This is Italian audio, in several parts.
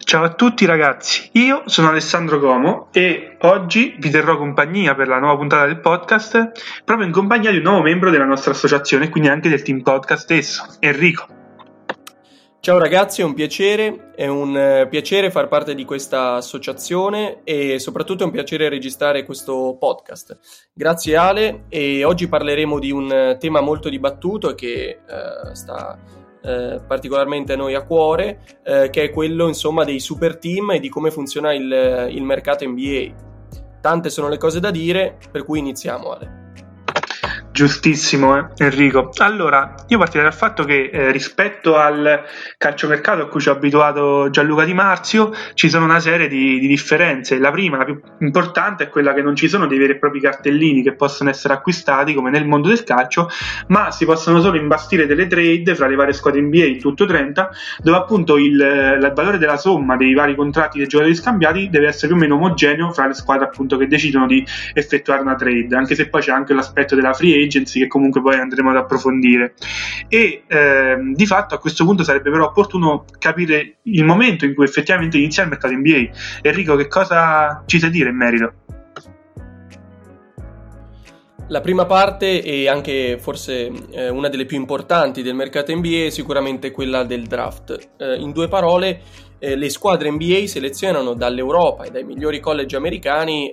Ciao a tutti ragazzi, io sono Alessandro Como e oggi vi terrò compagnia per la nuova puntata del podcast, proprio in compagnia di un nuovo membro della nostra associazione e quindi anche del team podcast stesso, Enrico. Ciao ragazzi, è un piacere far parte di questa associazione e soprattutto è un piacere registrare questo podcast. Grazie Ale, e oggi parleremo di un tema molto dibattuto che sta particolarmente a noi a cuore, che è quello insomma dei super team e di come funziona il mercato NBA. Tante sono le cose da dire, per cui iniziamo Ale. Giustissimo Enrico. Allora, io partirei dal fatto che rispetto al calciomercato a cui ci ha abituato Gianluca Di Marzio ci sono una serie di differenze. La prima, la più importante, è quella che non ci sono dei veri e propri cartellini che possono essere acquistati come nel mondo del calcio, ma si possono solo imbastire delle trade fra le varie squadre NBA, in tutto 30, dove appunto il valore della somma dei vari contratti dei giocatori scambiati deve essere più o meno omogeneo fra le squadre appunto che decidono di effettuare una trade, anche se poi c'è anche l'aspetto della free agency che comunque poi andremo ad approfondire. E di fatto a questo punto sarebbe però opportuno capire il momento in cui effettivamente inizia il mercato NBA. Enrico, che cosa ci sai dire in merito? La prima parte e anche forse una delle più importanti del mercato NBA è sicuramente quella del draft. In due parole, le squadre NBA selezionano dall'Europa e dai migliori college americani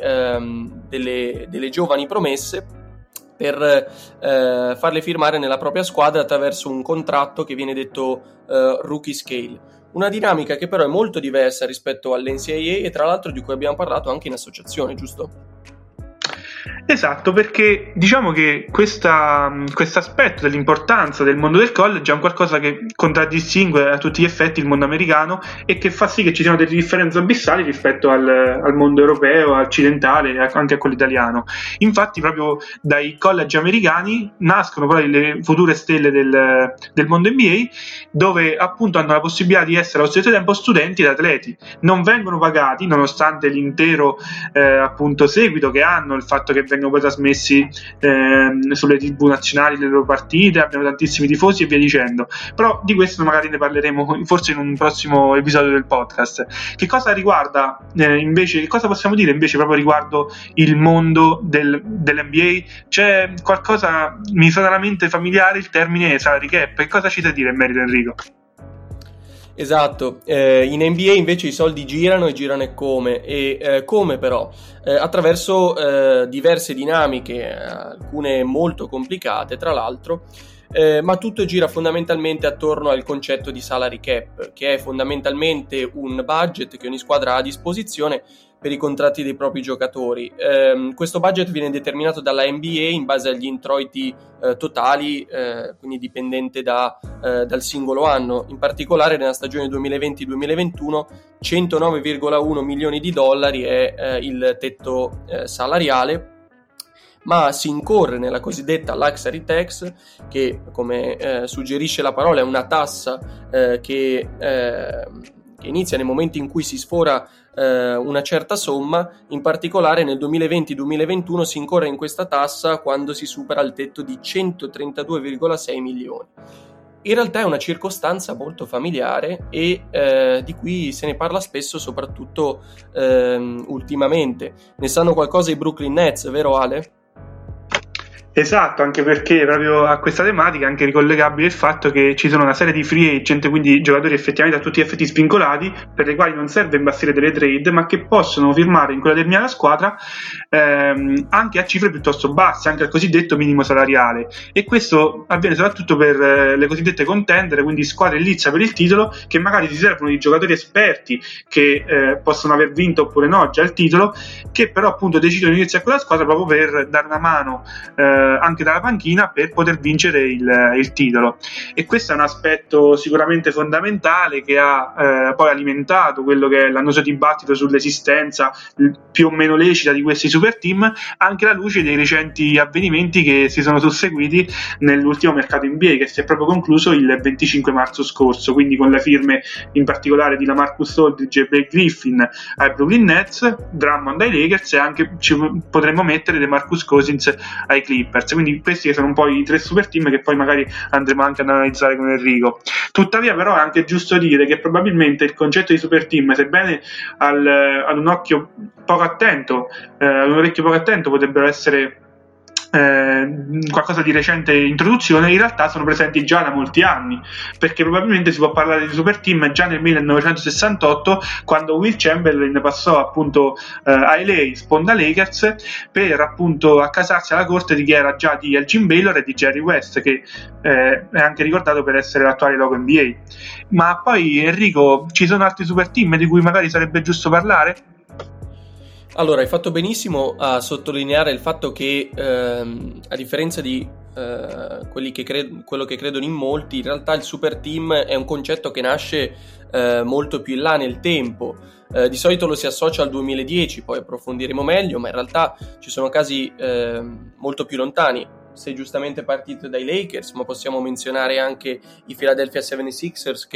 delle giovani promesse per farle firmare nella propria squadra attraverso un contratto che viene detto rookie scale. Una dinamica che però è molto diversa rispetto all'NCAA e tra l'altro di cui abbiamo parlato anche in associazione, giusto? Esatto, perché diciamo che questo aspetto dell'importanza del mondo del college è un qualcosa che contraddistingue a tutti gli effetti il mondo americano e che fa sì che ci siano delle differenze abissali rispetto al mondo europeo, occidentale e anche a quello italiano. Infatti proprio dai college americani nascono poi le future stelle del mondo NBA, dove appunto hanno la possibilità di essere allo stesso tempo studenti ed atleti. Non vengono pagati nonostante l'intero appunto seguito che hanno, il fatto che vengono poi trasmessi sulle TV nazionali le loro partite, abbiamo tantissimi tifosi e via dicendo, però di questo magari ne parleremo forse in un prossimo episodio del podcast. Che cosa riguarda invece, che cosa possiamo dire invece proprio riguardo il mondo dell'NBA? C'è qualcosa, mi fa alla mente familiare il termine salary cap, che cosa ci sai dire in merito Enrico? Esatto, in NBA invece i soldi girano e girano come però? Attraverso diverse dinamiche, alcune molto complicate tra l'altro, ma tutto gira fondamentalmente attorno al concetto di salary cap, che è fondamentalmente un budget che ogni squadra ha a disposizione per i contratti dei propri giocatori. Questo budget viene determinato dalla NBA in base agli introiti totali, quindi dipendente dal singolo anno. In particolare nella stagione 2020-2021 $109,1 milioni è il tetto salariale, ma si incorre nella cosiddetta luxury tax, che come suggerisce la parola è una tassa che inizia nel momento in cui si sfora una certa somma. In particolare nel 2020-2021 si incorre in questa tassa quando si supera il tetto di 132,6 milioni. In realtà è una circostanza molto familiare e di cui se ne parla spesso, soprattutto ultimamente. Ne sanno qualcosa i Brooklyn Nets, vero Ale? Esatto, anche perché proprio a questa tematica è anche ricollegabile il fatto che ci sono una serie di free agent, quindi giocatori effettivamente a tutti gli effetti svincolati, per i quali non serve imbastire delle trade, ma che possono firmare in quella determinata squadra anche a cifre piuttosto basse, anche al cosiddetto minimo salariale. E questo avviene soprattutto per le cosiddette contender, quindi squadre in lizza per il titolo, che magari si servono di giocatori esperti che possono aver vinto oppure no già il titolo, che però appunto decidono di iniziare quella squadra proprio per dare una mano anche dalla panchina per poter vincere il titolo. E questo è un aspetto sicuramente fondamentale che ha poi alimentato quello che è l'annoso dibattito sull'esistenza più o meno lecita di questi super team, anche alla luce dei recenti avvenimenti che si sono susseguiti nell'ultimo mercato NBA, che si è proprio concluso il 25 marzo scorso, quindi con le firme in particolare di LaMarcus Aldridge e Blake Griffin ai Brooklyn Nets, Drummond ai Lakers e anche ci potremmo mettere DeMarcus Cousins ai Clippers. Clippers. Quindi questi sono un po' i 3 super team che poi magari andremo anche ad analizzare con Enrico. Tuttavia però è anche giusto dire che probabilmente il concetto di super team, sebbene ad un occhio poco attento, ad un orecchio poco attento potrebbero essere qualcosa di recente introduzione, in realtà sono presenti già da molti anni, perché probabilmente si può parlare di super team già nel 1968, quando Will Chamberlain passò appunto ai LA, sponda Lakers, per appunto accasarsi alla corte di chi era già di Elgin Baylor e di Jerry West, che è anche ricordato per essere l'attuale logo NBA. Ma poi Enrico, ci sono altri super team di cui magari sarebbe giusto parlare? Allora, hai fatto benissimo a sottolineare il fatto che, a differenza di quello che credono in molti, in realtà il super team è un concetto che nasce molto più in là nel tempo. Di solito lo si associa al 2010, poi approfondiremo meglio, ma in realtà ci sono casi molto più lontani. Sei giustamente partito dai Lakers, ma possiamo menzionare anche i Philadelphia 76ers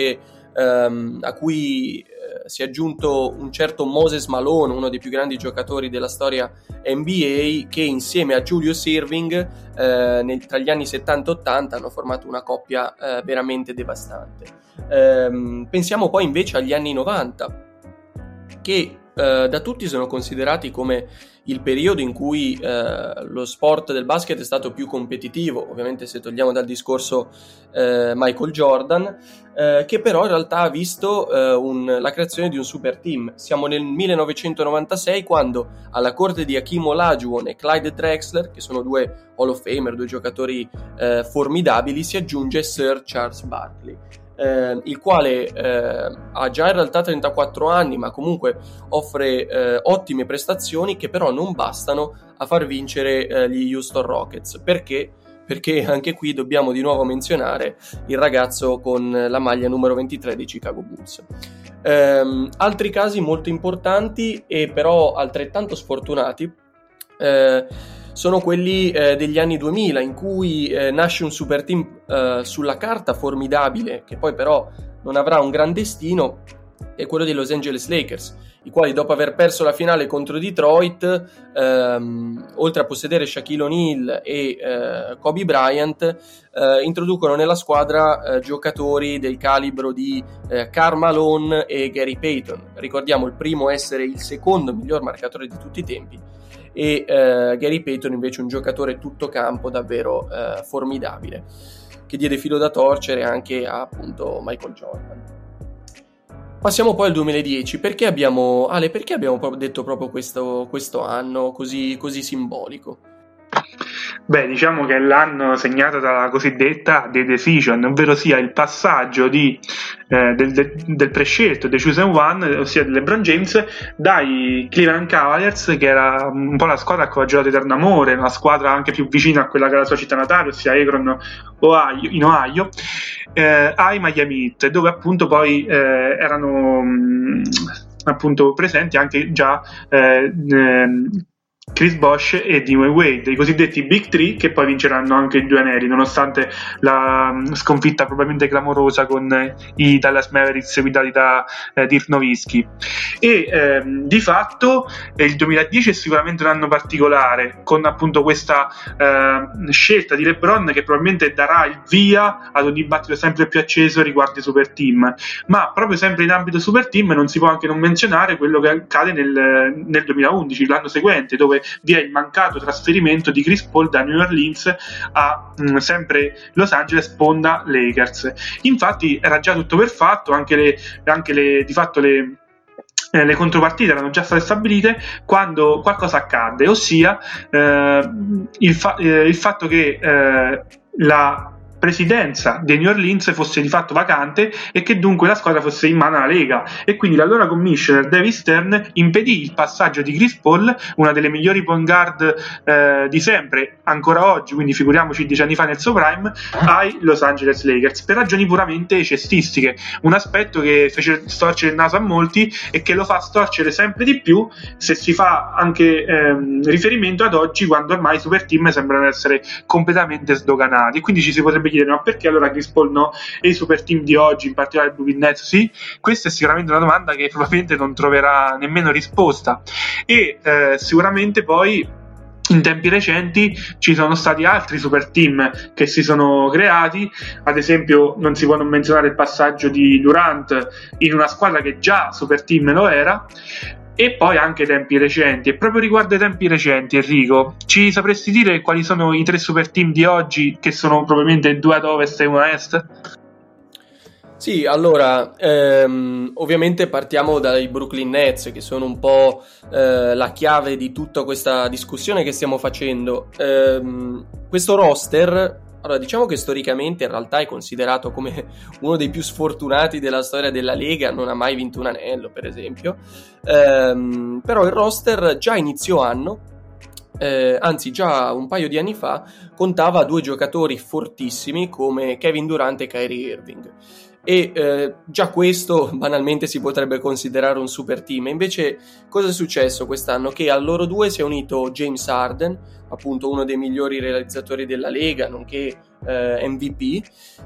a cui si è aggiunto un certo Moses Malone, uno dei più grandi giocatori della storia NBA, che insieme a Julius Erving tra gli anni 70 e 80 hanno formato una coppia veramente devastante. Pensiamo poi invece agli anni 90, che da tutti sono considerati come il periodo in cui lo sport del basket è stato più competitivo, ovviamente se togliamo dal discorso Michael Jordan, che però in realtà ha visto la creazione di un super team. Siamo nel 1996, quando alla corte di Hakeem Olajuwon e Clyde Drexler, che sono 2 Hall of Famer, 2 giocatori formidabili, si aggiunge Sir Charles Barkley, il quale ha già in realtà 34 anni, ma comunque offre ottime prestazioni che però non bastano a far vincere gli Houston Rockets. Perché? Perché anche qui dobbiamo di nuovo menzionare il ragazzo con la maglia numero 23 dei Chicago Bulls. Altri casi molto importanti e però altrettanto sfortunati sono quelli degli anni 2000, in cui nasce un super team sulla carta formidabile, che poi però non avrà un gran destino, è quello dei Los Angeles Lakers, i quali dopo aver perso la finale contro Detroit, oltre a possedere Shaquille O'Neal e Kobe Bryant, introducono nella squadra giocatori del calibro di Karl Malone e Gary Payton. Ricordiamo il primo essere il secondo miglior marcatore di tutti i tempi, e Gary Payton invece un giocatore tutto campo davvero formidabile, che diede filo da torcere anche a appunto Michael Jordan. Passiamo poi al 2010. Perché abbiamo detto proprio questo anno così simbolico? Beh, diciamo che è l'anno segnato dalla cosiddetta The Decision, ovvero sia il passaggio del prescelto, The Chosen One, ossia di LeBron James, dai Cleveland Cavaliers, che era un po' la squadra a cui ha giocato eterno amore, una squadra anche più vicina a quella che è la sua città natale, ossia Akron, in Ohio, ai Miami Heat, dove appunto poi erano appunto presenti anche già Chris Bosh e Dwayne Wade, i cosiddetti Big Three, che poi vinceranno anche i 2 anelli nonostante la sconfitta probabilmente clamorosa con i Dallas Mavericks guidati da Dirk Nowitzki. E di fatto il 2010 è sicuramente un anno particolare, con appunto questa scelta di LeBron che probabilmente darà il via ad un dibattito sempre più acceso riguardo i super team. Ma proprio sempre in ambito super team non si può anche non menzionare quello che accade nel 2011, l'anno seguente, dove vi è il mancato trasferimento di Chris Paul da New Orleans a sempre Los Angeles, sponda Lakers. Infatti era già tutto perfetto, anche le contropartite erano già state stabilite quando qualcosa accadde, ossia il fatto che la presidenza dei New Orleans fosse di fatto vacante e che dunque la squadra fosse in mano alla Lega, e quindi l'allora commissioner David Stern impedì il passaggio di Chris Paul, una delle migliori point guard di sempre ancora oggi, quindi figuriamoci 10 anni fa nel suo prime, ai Los Angeles Lakers, per ragioni puramente cestistiche, un aspetto che fece storcere il naso a molti e che lo fa storcere sempre di più se si fa anche riferimento ad oggi, quando ormai i super team sembrano essere completamente sdoganati. Quindi ci si potrebbe chiedere: ma perché allora Chris Paul no e i super team di oggi, in particolare il Brooklyn Nets sì? Questa è sicuramente una domanda che probabilmente non troverà nemmeno risposta, e sicuramente poi in tempi recenti ci sono stati altri super team che si sono creati, ad esempio non si può non menzionare il passaggio di Durant in una squadra che già super team lo era, e poi anche tempi recenti. E proprio riguardo ai tempi recenti, Enrico, ci sapresti dire quali sono i 3 super team di oggi, che sono probabilmente 2 ad ovest e 1 a est? Sì, allora, ovviamente partiamo dai Brooklyn Nets, che sono un po' la chiave di tutta questa discussione che stiamo facendo. Questo roster, allora, diciamo che storicamente in realtà è considerato come uno dei più sfortunati della storia della Lega, non ha mai vinto un anello, per esempio. Però il roster già a inizio anno, anzi già un paio di anni fa, contava 2 giocatori fortissimi come Kevin Durant e Kyrie Irving. E già questo banalmente si potrebbe considerare un super team. Invece cosa è successo quest'anno? Che a loro 2 si è unito James Harden, appunto uno dei migliori realizzatori della Lega, nonché MVP,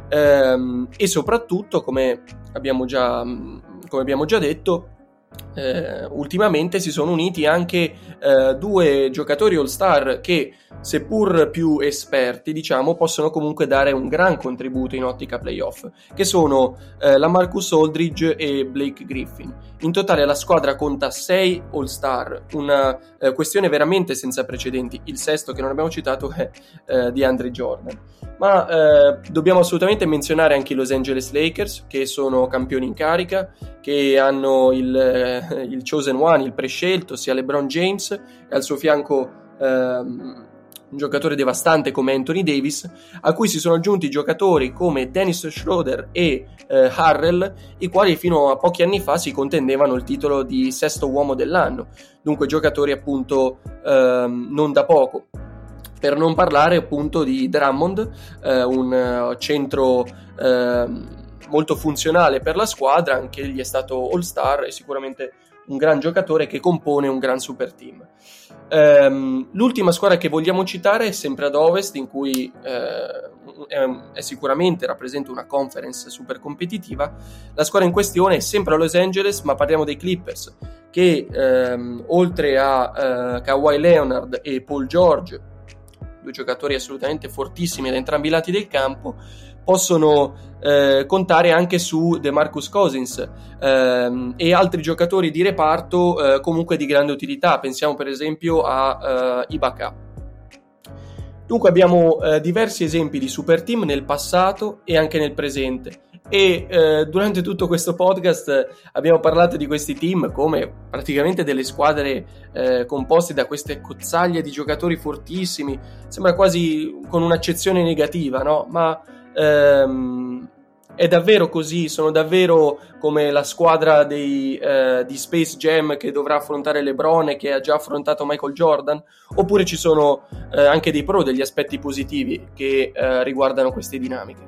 e soprattutto, come abbiamo già detto, ultimamente si sono uniti anche 2 giocatori all-star che, seppur più esperti, diciamo, possono comunque dare un gran contributo in ottica playoff, che sono LaMarcus Aldridge e Blake Griffin. In totale la squadra conta 6 all-star, una questione veramente senza precedenti. Il sesto che non abbiamo citato è DeAndre Jordan. Ma dobbiamo assolutamente menzionare anche i Los Angeles Lakers, che sono campioni in carica, che hanno il chosen one, il prescelto, sia LeBron James, e al suo fianco un giocatore devastante come Anthony Davis, a cui si sono aggiunti giocatori come Dennis Schroeder e Harrell, i quali fino a pochi anni fa si contendevano il titolo di sesto uomo dell'anno, dunque giocatori appunto non da poco. Per non parlare appunto di Drummond, un centro molto funzionale per la squadra, anche egli è stato all-star e sicuramente un gran giocatore che compone un gran super team. L'ultima squadra che vogliamo citare è sempre ad ovest, in cui è sicuramente rappresenta una conference super competitiva. La squadra in questione è sempre a Los Angeles, ma parliamo dei Clippers, che oltre a Kawhi Leonard e Paul George, 2 giocatori assolutamente fortissimi da entrambi i lati del campo, possono contare anche su DeMarcus Cousins e altri giocatori di reparto comunque di grande utilità. Pensiamo per esempio a Ibaka. Dunque abbiamo diversi esempi di super team nel passato e anche nel presente, e durante tutto questo podcast abbiamo parlato di questi team come praticamente delle squadre composte da queste cozzaglie di giocatori fortissimi. Sembra quasi con un'accezione negativa, no? Ma è davvero così? Sono davvero come la squadra di Space Jam che dovrà affrontare LeBron e che ha già affrontato Michael Jordan? Oppure ci sono anche dei pro, degli aspetti positivi che riguardano queste dinamiche?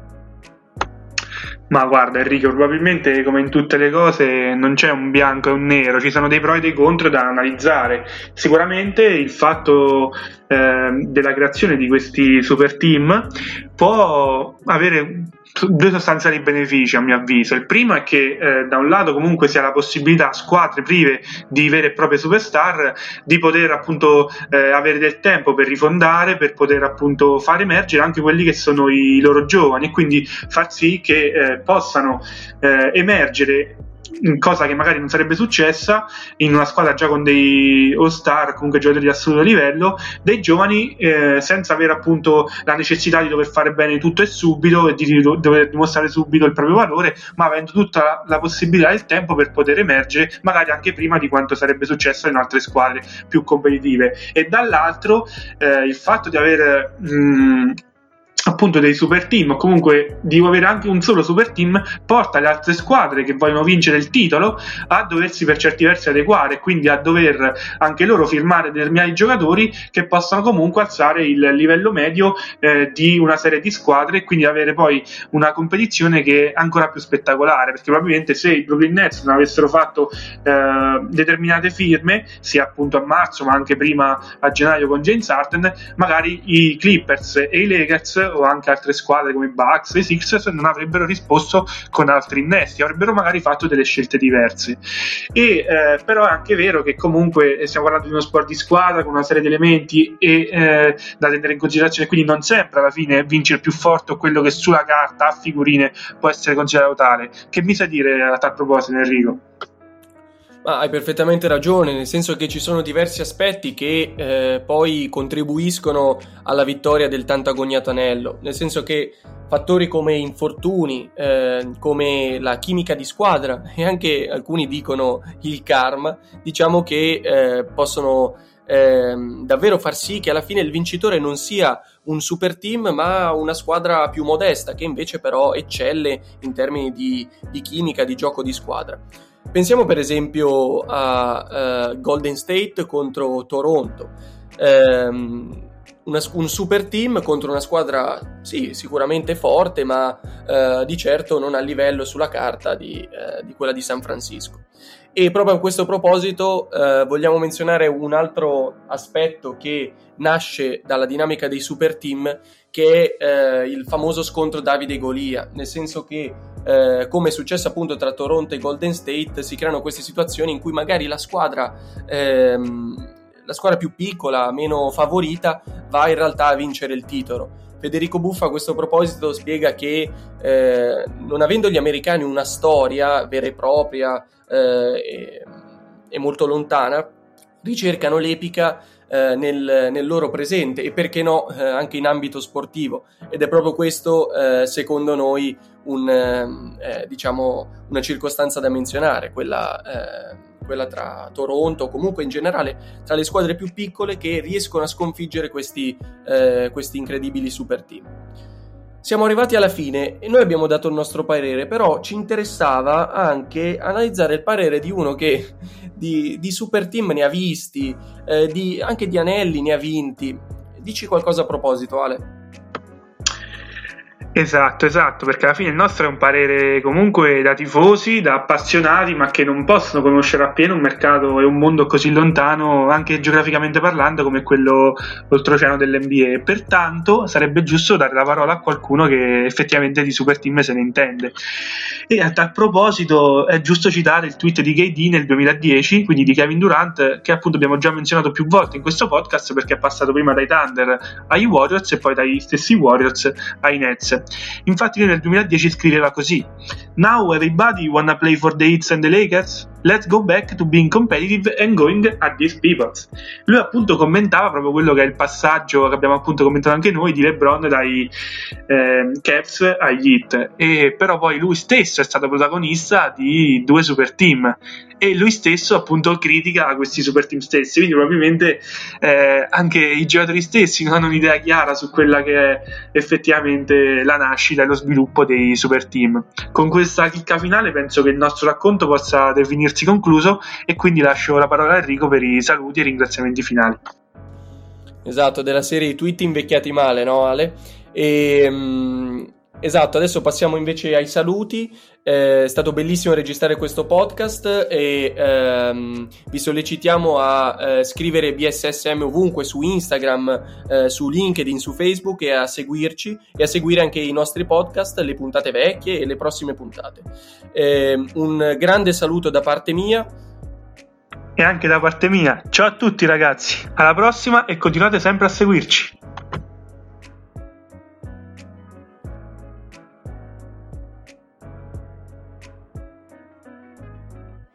Ma guarda Enrico, probabilmente come in tutte le cose non c'è un bianco e un nero, ci sono dei pro e dei contro da analizzare. Sicuramente il fatto della creazione di questi super team può avere 2 sostanziali benefici, a mio avviso. Il primo è che da un lato comunque si ha la possibilità a squadre prive di vere e proprie superstar di poter appunto avere del tempo per rifondare, per poter appunto far emergere anche quelli che sono i loro giovani, e quindi far sì che possano emergere, cosa che magari non sarebbe successa in una squadra già con dei all-star, comunque giocatori di assoluto livello, dei giovani senza avere appunto la necessità di dover fare bene tutto e subito e di dover dimostrare subito il proprio valore, ma avendo tutta la possibilità e il tempo per poter emergere magari anche prima di quanto sarebbe successo in altre squadre più competitive. E dall'altro il fatto di avere appunto dei super team, o comunque di avere anche un solo super team, porta le altre squadre che vogliono vincere il titolo a doversi per certi versi adeguare, quindi a dover anche loro firmare determinati giocatori che possano comunque alzare il livello medio di una serie di squadre, e quindi avere poi una competizione che è ancora più spettacolare, perché probabilmente se i Brooklyn Nets non avessero fatto determinate firme, sia appunto a marzo ma anche prima a gennaio con James Harden, magari i Clippers e i Lakers o anche altre squadre come i Bucks e i Sixers non avrebbero risposto con altri innesti, avrebbero magari fatto delle scelte diverse. E però è anche vero che comunque stiamo parlando di uno sport di squadra con una serie di elementi e da tenere in considerazione, quindi non sempre alla fine vince il più forte o quello che sulla carta a figurine può essere considerato tale. Che mi sai dire a tal proposito, Enrico? Ma hai perfettamente ragione, nel senso che ci sono diversi aspetti che poi contribuiscono alla vittoria del tanto agognato anello, nel senso che fattori come infortuni, come la chimica di squadra e anche alcuni dicono il karma, diciamo che possono davvero far sì che alla fine il vincitore non sia un super team ma una squadra più modesta che invece però eccelle in termini di chimica, di gioco di squadra. Pensiamo per esempio a Golden State contro Toronto, un super team contro una squadra sì, sicuramente forte, ma di certo non a livello sulla carta di quella di San Francisco. E proprio a questo proposito vogliamo menzionare un altro aspetto che nasce dalla dinamica dei super team, che è il famoso scontro Davide e Golia, nel senso che come è successo appunto tra Toronto e Golden State, si creano queste situazioni in cui magari la squadra più piccola, meno favorita, va in realtà a vincere il titolo. Federico Buffa a questo proposito spiega che non avendo gli americani una storia vera e propria e molto lontana, ricercano l'epica nel loro presente e perché no anche in ambito sportivo, ed è proprio questo secondo noi diciamo una circostanza da menzionare, quella tra Toronto o comunque in generale tra le squadre più piccole che riescono a sconfiggere questi incredibili super team. Siamo arrivati alla fine e noi abbiamo dato il nostro parere, però ci interessava anche analizzare il parere di uno che di super team ne ha visti, anche di anelli ne ha vinti. Dici qualcosa a proposito, Ale? Esatto, perché alla fine il nostro è un parere comunque da tifosi, da appassionati, ma che non possono conoscere appieno un mercato e un mondo così lontano, anche geograficamente parlando, come quello oltreoceano dell'NBA. Pertanto sarebbe giusto dare la parola a qualcuno che effettivamente di super team se ne intende. E a tal proposito è giusto citare il tweet di KD nel 2010, quindi di Kevin Durant, che appunto abbiamo già menzionato più volte in questo podcast perché è passato prima dai Thunder ai Warriors e poi dai stessi Warriors ai Nets. Infatti lui nel 2010 scriveva così: "Now everybody wanna play for the Heat and the Lakers? Let's go back to being competitive and going at these people." Lui appunto commentava proprio quello che è il passaggio che abbiamo appunto commentato anche noi di LeBron dai Cavs agli Heat, e però poi lui stesso è stato protagonista di due super team e lui stesso appunto critica questi super team stessi, quindi probabilmente anche i giocatori stessi non hanno un'idea chiara su quella che è effettivamente la nascita e lo sviluppo dei super team. Con questa chicca finale penso che il nostro racconto possa definirsi concluso e quindi lascio la parola a Enrico per i saluti e ringraziamenti finali. Esatto, della serie i tweet invecchiati male, no Ale? Esatto, adesso passiamo invece ai saluti. È stato bellissimo registrare questo podcast e vi sollecitiamo a scrivere BSSM ovunque, su Instagram, su LinkedIn, su Facebook, e a seguirci e a seguire anche i nostri podcast, le puntate vecchie e le prossime puntate. Un grande saluto da parte mia. E anche da parte mia. Ciao a tutti ragazzi, alla prossima e continuate sempre a seguirci.